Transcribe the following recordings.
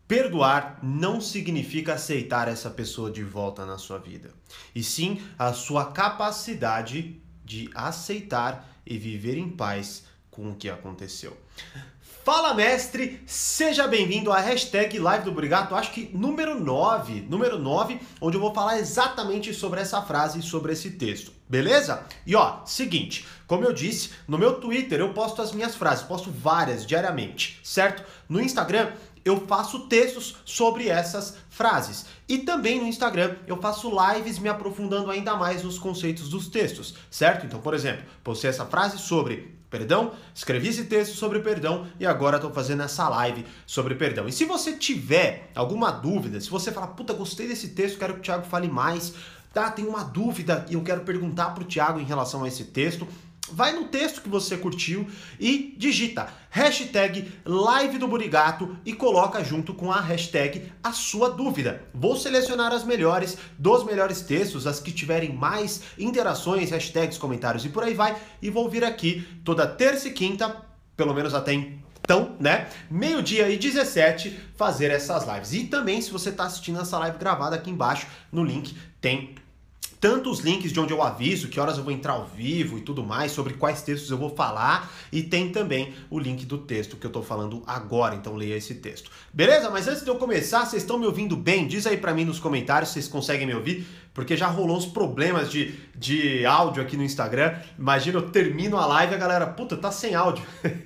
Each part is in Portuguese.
Perdoar não significa aceitar essa pessoa de volta na sua vida, e sim a sua capacidade de aceitar e viver em paz com o que aconteceu. Fala, mestre! Seja bem-vindo à hashtag Live do Brigato, acho que número 9, onde eu vou falar exatamente sobre essa frase e sobre esse texto, beleza? E ó, seguinte, como eu disse, no meu Twitter eu posto as minhas frases, posto várias diariamente, certo? No Instagram eu faço textos sobre essas frases. E também no Instagram eu faço lives me aprofundando ainda mais nos conceitos dos textos, certo? Então, por exemplo, postei essa frase sobre perdão, escrevi esse texto sobre perdão e agora estou fazendo essa live sobre perdão. E se você tiver alguma dúvida, se você falar, puta, gostei desse texto, quero que o Thiago fale mais, tá, tem uma dúvida e eu quero perguntar pro Thiago em relação a esse texto, vai no texto que você curtiu e digita hashtag Live do Burigato e coloca junto com a hashtag a sua dúvida. Vou selecionar as melhores, dos melhores textos, as que tiverem mais interações, hashtags, comentários e por aí vai, e vou vir aqui toda terça e quinta, pelo menos até então, né? 12h17 fazer essas lives. E também, se você está assistindo essa live gravada, aqui embaixo no link tem tanto os links de onde eu aviso que horas eu vou entrar ao vivo e tudo mais, sobre quais textos eu vou falar, e tem também o link do texto que eu tô falando agora, então leia esse texto. Beleza? Mas antes de eu começar, vocês estão me ouvindo bem? Diz aí pra mim nos comentários se vocês conseguem me ouvir, porque já rolou uns problemas de áudio aqui no Instagram. Imagina, eu termino a live e a galera, puta, tá sem áudio.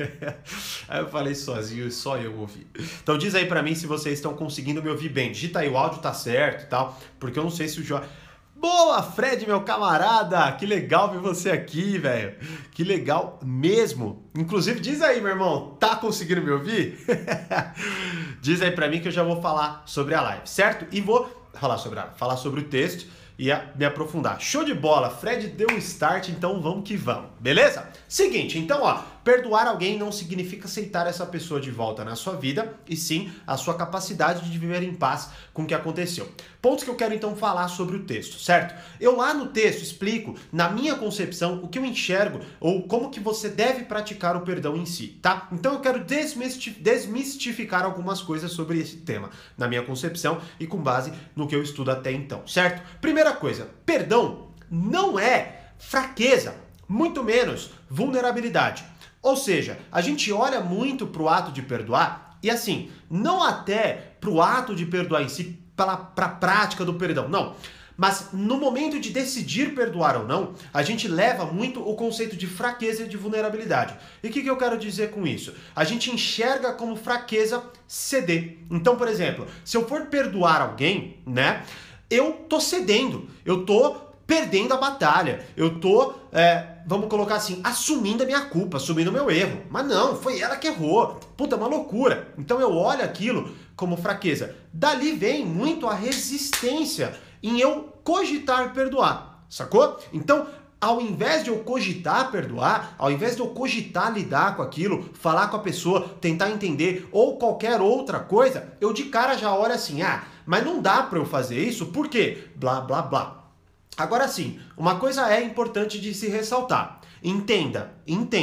Aí eu falei sozinho, só eu ouvi. Então diz aí pra mim se vocês estão conseguindo me ouvir bem. Digita aí, o áudio tá certo e tal, porque eu não sei se o Jorge... Boa, Fred, meu camarada! Que legal ver você aqui, velho. Que legal mesmo. Inclusive, diz aí, meu irmão, tá conseguindo me ouvir? Diz aí pra mim que eu já vou falar sobre a live, certo? E vou falar sobre o texto e me aprofundar. Show de bola! Fred deu um start, então vamos que vamos, beleza? Seguinte, então, ó, perdoar alguém não significa aceitar essa pessoa de volta na sua vida, e sim a sua capacidade de viver em paz com o que aconteceu. Pontos que eu quero então falar sobre o texto, certo? Eu lá no texto explico, na minha concepção, o que eu enxergo ou como que você deve praticar o perdão em si, tá? Então eu quero desmistificar algumas coisas sobre esse tema, na minha concepção e com base no que eu estudo até então, certo? Primeira coisa, perdão não é fraqueza, muito menos vulnerabilidade. Ou seja, a gente olha muito para o ato de perdoar e assim, não até para o ato de perdoar em si, para a prática do perdão, não. Mas no momento de decidir perdoar ou não, a gente leva muito o conceito de fraqueza e de vulnerabilidade. E o que eu quero dizer com isso? A gente enxerga como fraqueza ceder. Então, por exemplo, se eu for perdoar alguém, né, eu tô cedendo, eu tô perdendo a batalha, eu tô, vamos colocar assim, assumindo a minha culpa, assumindo o meu erro. Mas não, foi ela que errou. Puta, é uma loucura. Então eu olho aquilo como fraqueza. Dali vem muito a resistência em eu cogitar perdoar, sacou? Então, ao invés de eu cogitar perdoar, ao invés de eu cogitar lidar com aquilo, falar com a pessoa, tentar entender ou qualquer outra coisa, eu de cara já olho assim, mas não dá pra eu fazer isso, por quê? Blá, blá, blá. Agora sim, uma coisa é importante de se ressaltar. Entenda.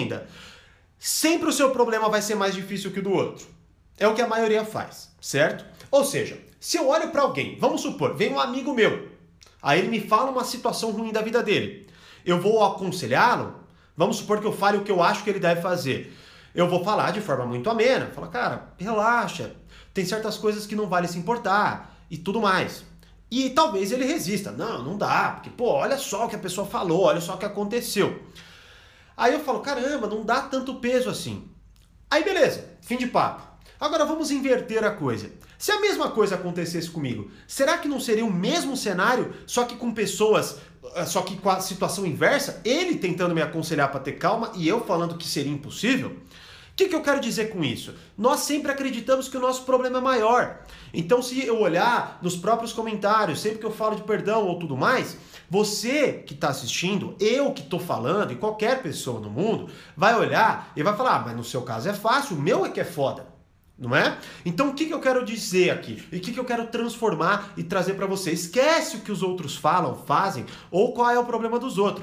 Sempre o seu problema vai ser mais difícil que o do outro. É o que a maioria faz, certo? Ou seja, se eu olho para alguém, vamos supor, vem um amigo meu, aí ele me fala uma situação ruim da vida dele. Eu vou aconselhá-lo, vamos supor que eu fale o que eu acho que ele deve fazer. Eu vou falar de forma muito amena, falar, cara, relaxa, tem certas coisas que não vale se importar e tudo mais. E talvez ele resista. Não dá, porque, pô, olha só o que a pessoa falou, olha só o que aconteceu. Aí eu falo, caramba, não dá tanto peso assim. Aí beleza, fim de papo. Agora vamos inverter a coisa. Se a mesma coisa acontecesse comigo, será que não seria o mesmo cenário, só que com pessoas, só que com a situação inversa? Ele tentando me aconselhar para ter calma e eu falando que seria impossível? O que eu quero dizer com isso? Nós sempre acreditamos que o nosso problema é maior. Então, se eu olhar nos próprios comentários, sempre que eu falo de perdão ou tudo mais, você que está assistindo, eu que estou falando, e qualquer pessoa no mundo, vai olhar e vai falar, mas no seu caso é fácil, o meu é que é foda. Não é? Então o que eu quero dizer aqui? E o que eu quero transformar e trazer para você? Esquece o que os outros falam, fazem, ou qual é o problema dos outros.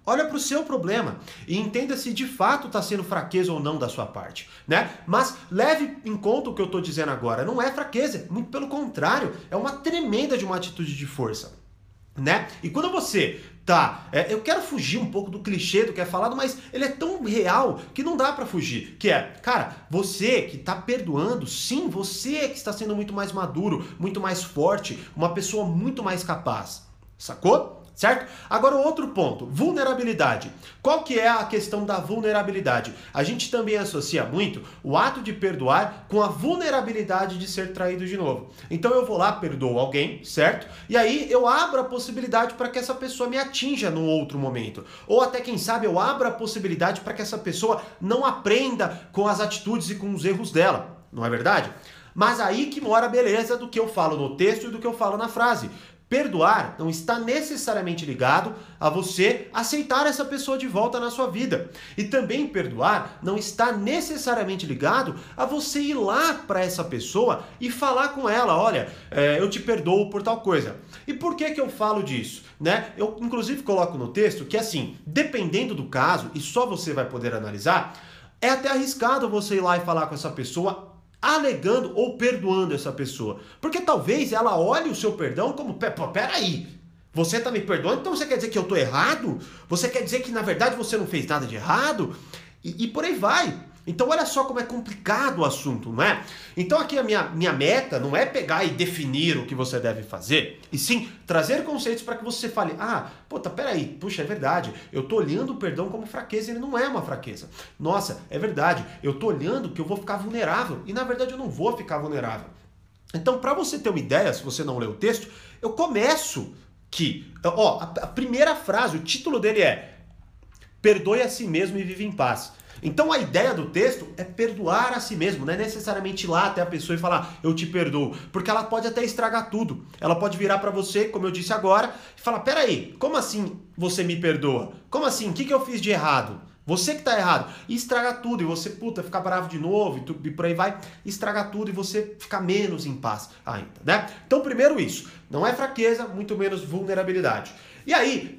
Olha para o seu problema e entenda se de fato está sendo fraqueza ou não da sua parte, né? Mas leve em conta o que eu estou dizendo agora. Não é fraqueza, muito pelo contrário, é uma tremenda de uma atitude de força, né? E quando você tá, eu quero fugir um pouco do clichê do que é falado, mas ele é tão real que não dá pra fugir, que é, cara, você que tá perdoando, sim, você que está sendo muito mais maduro, muito mais forte, uma pessoa muito mais capaz, sacou? Certo? Agora o outro ponto, vulnerabilidade. Qual que é a questão da vulnerabilidade? A gente também associa muito o ato de perdoar com a vulnerabilidade de ser traído de novo. Então eu vou lá, perdoo alguém, certo? E aí eu abro a possibilidade para que essa pessoa me atinja num outro momento. Ou até, quem sabe, eu abro a possibilidade para que essa pessoa não aprenda com as atitudes e com os erros dela. Não é verdade? Mas aí que mora a beleza do que eu falo no texto e do que eu falo na frase. Perdoar não está necessariamente ligado a você aceitar essa pessoa de volta na sua vida. E também perdoar não está necessariamente ligado a você ir lá para essa pessoa e falar com ela, olha, eu te perdoo por tal coisa. E por que que eu falo disso? Né? Eu inclusive coloco no texto que assim, dependendo do caso, e só você vai poder analisar, é até arriscado você ir lá e falar com essa pessoa alegando ou perdoando essa pessoa. Porque talvez ela olhe o seu perdão como, peraí, você tá me perdoando, então você quer dizer que eu tô errado? Você quer dizer que na verdade você não fez nada de errado? E por aí vai. Então olha só como é complicado o assunto, não é? Então aqui a minha meta não é pegar e definir o que você deve fazer, e sim trazer conceitos para que você fale, peraí, puxa, é verdade, eu tô olhando o perdão como fraqueza e ele não é uma fraqueza. Nossa, é verdade, eu tô olhando que eu vou ficar vulnerável e na verdade eu não vou ficar vulnerável. Então para você ter uma ideia, se você não leu o texto, eu começo que, a primeira frase, o título dele é perdoe a si mesmo e vive em paz. Então a ideia do texto é perdoar a si mesmo, não é necessariamente ir lá até a pessoa e falar, eu te perdoo, porque ela pode até estragar tudo. Ela pode virar pra você, como eu disse agora, e falar, peraí, como assim você me perdoa? Como assim? O que eu fiz de errado? Você que tá errado. E estragar tudo, e você, ficar bravo de novo, e por aí vai, estragar tudo, e você ficar menos em paz ainda, né? Então primeiro isso, não é fraqueza, muito menos vulnerabilidade. E aí,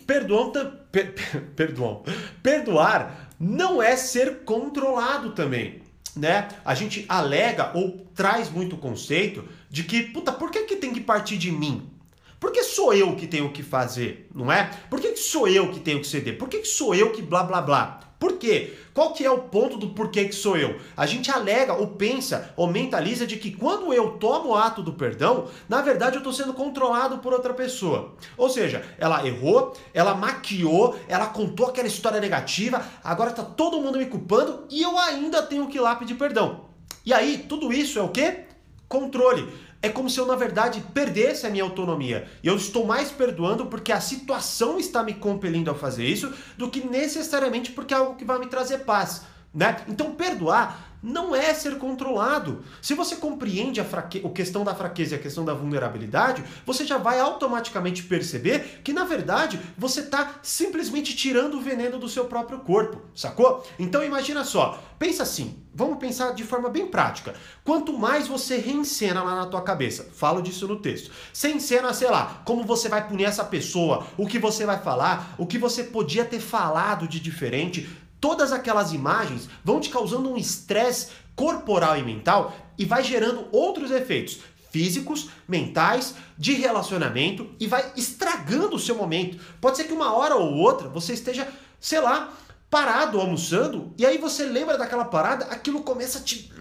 perdoar não é ser controlado também, né? A gente alega ou traz muito conceito de que, por que tem que partir de mim? Por que sou eu que tenho que fazer, não é? Por que sou eu que tenho que ceder? Por que sou eu que blá blá blá? Por quê? Qual que é o ponto do porquê que sou eu? A gente alega ou pensa ou mentaliza de que quando eu tomo o ato do perdão, na verdade eu estou sendo controlado por outra pessoa. Ou seja, ela errou, ela maquiou, ela contou aquela história negativa, agora está todo mundo me culpando e eu ainda tenho que ir lá pedir perdão. E aí, tudo isso é o quê? Controle. É como se eu, na verdade, perdesse a minha autonomia. E eu estou mais perdoando porque a situação está me compelindo a fazer isso do que necessariamente porque é algo que vai me trazer paz, né? Então, perdoar não é ser controlado. Se você compreende a questão da fraqueza e a questão da vulnerabilidade, você já vai automaticamente perceber que, na verdade, você está simplesmente tirando o veneno do seu próprio corpo, sacou? Então imagina só, pensa assim, vamos pensar de forma bem prática. Quanto mais você reencena lá na tua cabeça, falo disso no texto, você encena, sei lá, como você vai punir essa pessoa, o que você vai falar, o que você podia ter falado de diferente, todas aquelas imagens vão te causando um estresse corporal e mental e vai gerando outros efeitos físicos, mentais, de relacionamento e vai estragando o seu momento. Pode ser que uma hora ou outra você esteja, sei lá, parado almoçando e aí você lembra daquela parada, aquilo começa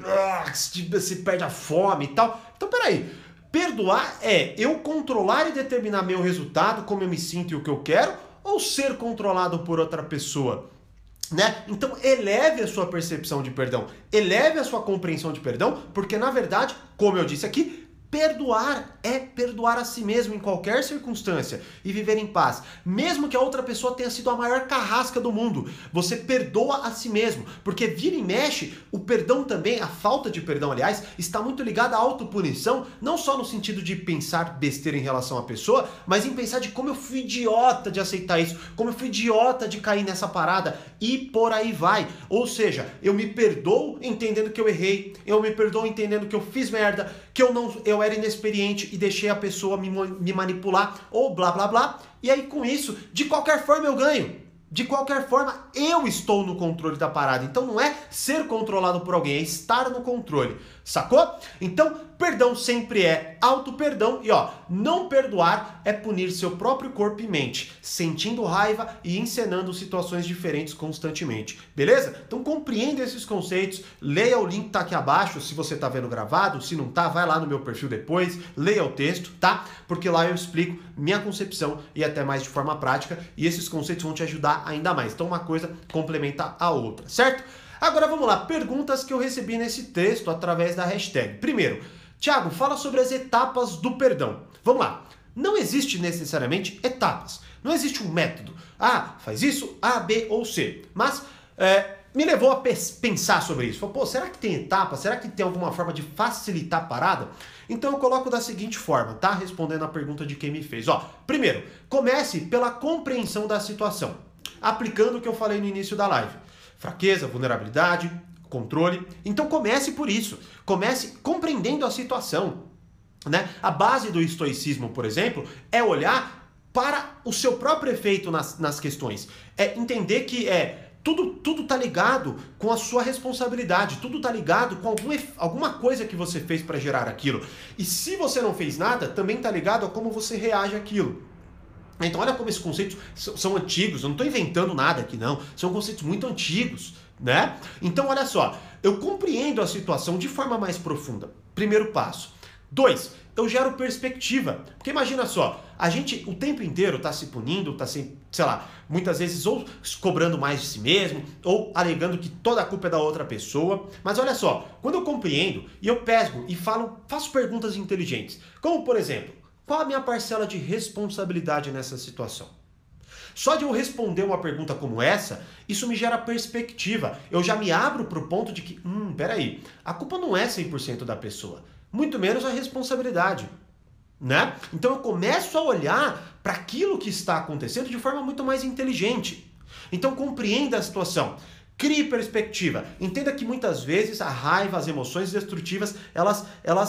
a você perde a fome e tal. Então peraí, perdoar é eu controlar e determinar meu resultado, como eu me sinto e o que eu quero, ou ser controlado por outra pessoa? Né? Então eleve a sua percepção de perdão, eleve a sua compreensão de perdão, porque na verdade, como eu disse aqui, perdoar é perdoar a si mesmo em qualquer circunstância e viver em paz. Mesmo que a outra pessoa tenha sido a maior carrasca do mundo, você perdoa a si mesmo. Porque vira e mexe, o perdão também, a falta de perdão, aliás, está muito ligada à autopunição, não só no sentido de pensar besteira em relação à pessoa, mas em pensar de como eu fui idiota de aceitar isso, como eu fui idiota de cair nessa parada e por aí vai. Ou seja, eu me perdoo entendendo que eu errei, eu me perdoo entendendo que eu fiz merda, que eu era inexperiente e deixei a pessoa me manipular ou blá blá blá. E aí com isso, de qualquer forma eu ganho. De qualquer forma, eu estou no controle da parada. Então não é ser controlado por alguém, é estar no controle. Sacou? Então, perdão sempre é auto-perdão. E ó, não perdoar é punir seu próprio corpo e mente, sentindo raiva e encenando situações diferentes constantemente. Beleza? Então compreenda esses conceitos, leia o link que tá aqui abaixo, se você tá vendo gravado. Se não tá, vai lá no meu perfil depois, leia o texto, tá? Porque lá eu explico minha concepção e até mais de forma prática. E esses conceitos vão te ajudar ainda mais. Então uma coisa complementa a outra, certo? Agora vamos lá, perguntas que eu recebi nesse texto através da hashtag. Primeiro, Thiago, fala sobre as etapas do perdão. Vamos lá, não existe necessariamente etapas, não existe um método. Ah, faz isso, A, B ou C. Mas me levou a pensar sobre isso. Falei, pô, será que tem etapa? Será que tem alguma forma de facilitar a parada? Então eu coloco da seguinte forma, tá? Respondendo a pergunta de quem me fez. Ó, primeiro, comece pela compreensão da situação, aplicando o que eu falei no início da live. Fraqueza, vulnerabilidade, controle. Então comece por isso. Comece compreendendo a situação, né? A base do estoicismo, por exemplo, é olhar para o seu próprio efeito nas questões. É entender que tudo tá ligado com a sua responsabilidade, tudo tá ligado com alguma coisa que você fez para gerar aquilo. E se você não fez nada, também tá ligado a como você reage àquilo. Então olha como esses conceitos são antigos, eu não estou inventando nada aqui não, são conceitos muito antigos, né? Então olha só, eu compreendo a situação de forma mais profunda, primeiro passo. 2, eu gero perspectiva, porque imagina só, a gente o tempo inteiro está se punindo, está se, sei lá, muitas vezes ou cobrando mais de si mesmo, ou alegando que toda a culpa é da outra pessoa, mas olha só, quando eu compreendo e eu pego e faço perguntas inteligentes, como por exemplo, qual a minha parcela de responsabilidade nessa situação? Só de eu responder uma pergunta como essa, isso me gera perspectiva. Eu já me abro para o ponto de que, peraí, a culpa não é 100% da pessoa, muito menos a responsabilidade, né? Então eu começo a olhar para aquilo que está acontecendo de forma muito mais inteligente. Então compreenda a situação. Crie perspectiva. Entenda que muitas vezes a raiva, as emoções destrutivas, elas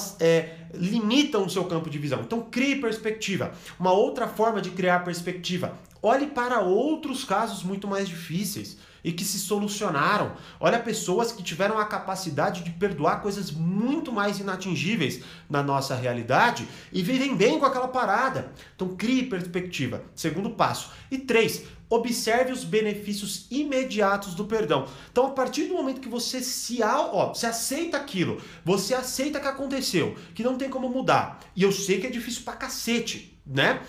limitam o seu campo de visão. Então crie perspectiva. Uma outra forma de criar perspectiva. Olhe para outros casos muito mais difíceis e que se solucionaram. Olha pessoas que tiveram a capacidade de perdoar coisas muito mais inatingíveis na nossa realidade e vivem bem com aquela parada. Então crie perspectiva. Segundo passo. E 3, observe os benefícios imediatos do perdão. Então, a partir do momento que você você aceita aquilo, você aceita que aconteceu, que não tem como mudar, e eu sei que é difícil pra cacete, né?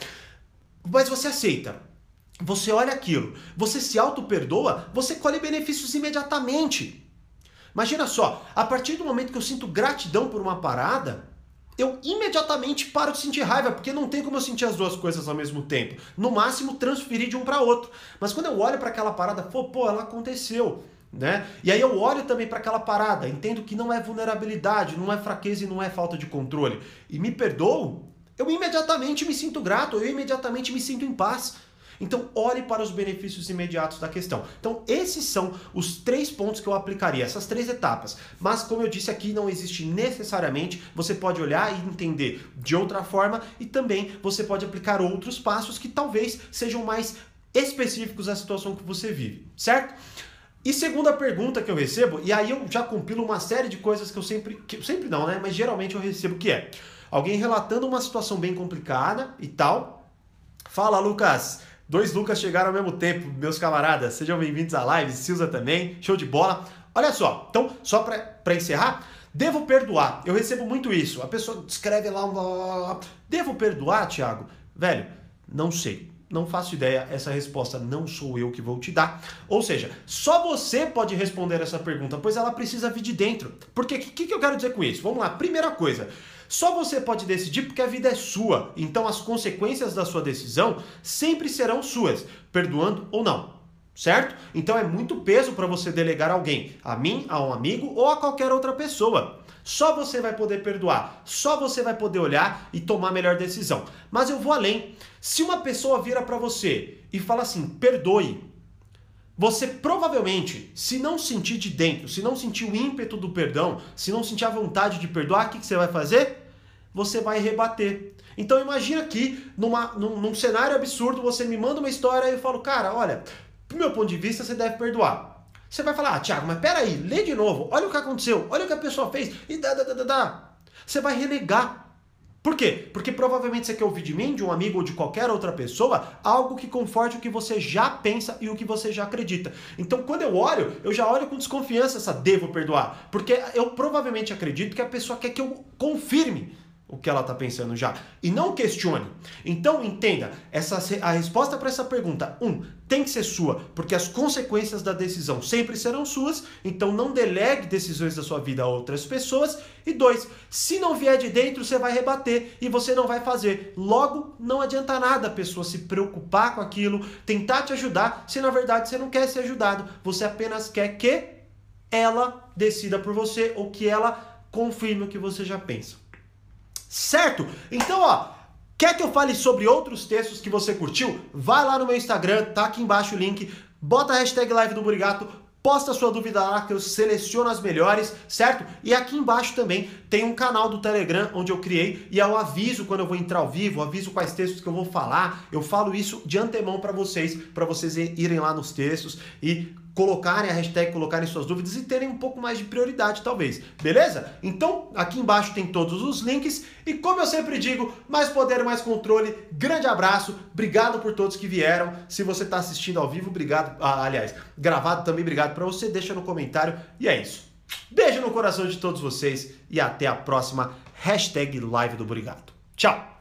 Mas você aceita, você olha aquilo, você se auto-perdoa, você colhe benefícios imediatamente. Imagina só, a partir do momento que eu sinto gratidão por uma parada, eu imediatamente paro de sentir raiva, porque não tem como eu sentir as duas coisas ao mesmo tempo. No máximo, transferir de um para outro. Mas quando eu olho para aquela parada, pô, ela aconteceu, né? E aí eu olho também para aquela parada, entendo que não é vulnerabilidade, não é fraqueza e não é falta de controle, e me perdoo, eu imediatamente me sinto grato, eu imediatamente me sinto em paz. Então, olhe para os benefícios imediatos da questão. Então, esses são os 3 pontos que eu aplicaria, essas 3 etapas. Mas, como eu disse aqui, não existe necessariamente, você pode olhar e entender de outra forma e também você pode aplicar outros passos que talvez sejam mais específicos à situação que você vive, certo? E segunda pergunta que eu recebo, e aí eu já compilo uma série de coisas que eu sempre não, né? Mas geralmente eu recebo, que é alguém relatando uma situação bem complicada e tal. Fala, Lucas! 2 Lucas chegaram ao mesmo tempo, meus camaradas. Sejam bem-vindos à live, Silza também, show de bola. Olha só, então, só para encerrar, devo perdoar. Eu recebo muito isso. A pessoa escreve lá, devo perdoar, Thiago? Velho, não sei. Não faço ideia, essa resposta não sou eu que vou te dar. Ou seja, só você pode responder essa pergunta, pois ela precisa vir de dentro. Porque o que eu quero dizer com isso? Vamos lá, primeira coisa. Só você pode decidir porque a vida é sua. Então as consequências da sua decisão sempre serão suas, perdoando ou não. Certo? Então é muito peso para você delegar a alguém, a mim, a um amigo ou a qualquer outra pessoa. Só você vai poder perdoar, só você vai poder olhar e tomar a melhor decisão. Mas eu vou além. Se uma pessoa vira para você e fala assim, perdoe, você provavelmente, se não sentir de dentro, se não sentir o ímpeto do perdão, se não sentir a vontade de perdoar, o que você vai fazer? Você vai rebater. Então imagina que num cenário absurdo você me manda uma história e eu falo, cara, olha, pro meu ponto de vista, você deve perdoar. Você vai falar, Thiago, mas peraí, lê de novo, olha o que aconteceu, olha o que a pessoa fez, e Você vai renegar. Por quê? Porque provavelmente você quer ouvir de mim, de um amigo ou de qualquer outra pessoa, algo que conforte o que você já pensa e o que você já acredita. Então, quando eu olho, eu já olho com desconfiança essa devo perdoar. Porque eu provavelmente acredito que a pessoa quer que eu confirme o que ela está pensando já. E não questione. Então, entenda, a resposta para essa pergunta, tem que ser sua, porque as consequências da decisão sempre serão suas, então não delegue decisões da sua vida a outras pessoas. E 2, se não vier de dentro, você vai rebater e você não vai fazer. Logo, não adianta nada a pessoa se preocupar com aquilo, tentar te ajudar, se na verdade você não quer ser ajudado. Você apenas quer que ela decida por você ou que ela confirme o que você já pensa. Certo? Então, quer que eu fale sobre outros textos que você curtiu? Vai lá no meu Instagram, tá aqui embaixo o link, bota a hashtag live do Burigato, posta sua dúvida lá que eu seleciono as melhores, certo? E aqui embaixo também tem um canal do Telegram onde eu criei e eu aviso quando eu vou entrar ao vivo, aviso quais textos que eu vou falar, eu falo isso de antemão para vocês irem lá nos textos e colocarem a hashtag, colocarem suas dúvidas e terem um pouco mais de prioridade, talvez. Beleza? Então, aqui embaixo tem todos os links e, como eu sempre digo, mais poder, mais controle. Grande abraço, obrigado por todos que vieram. Se você está assistindo ao vivo, obrigado. Aliás, gravado também, obrigado para você. Deixa no comentário. E é isso. Beijo no coração de todos vocês e até a próxima hashtag live do Burigato. Tchau!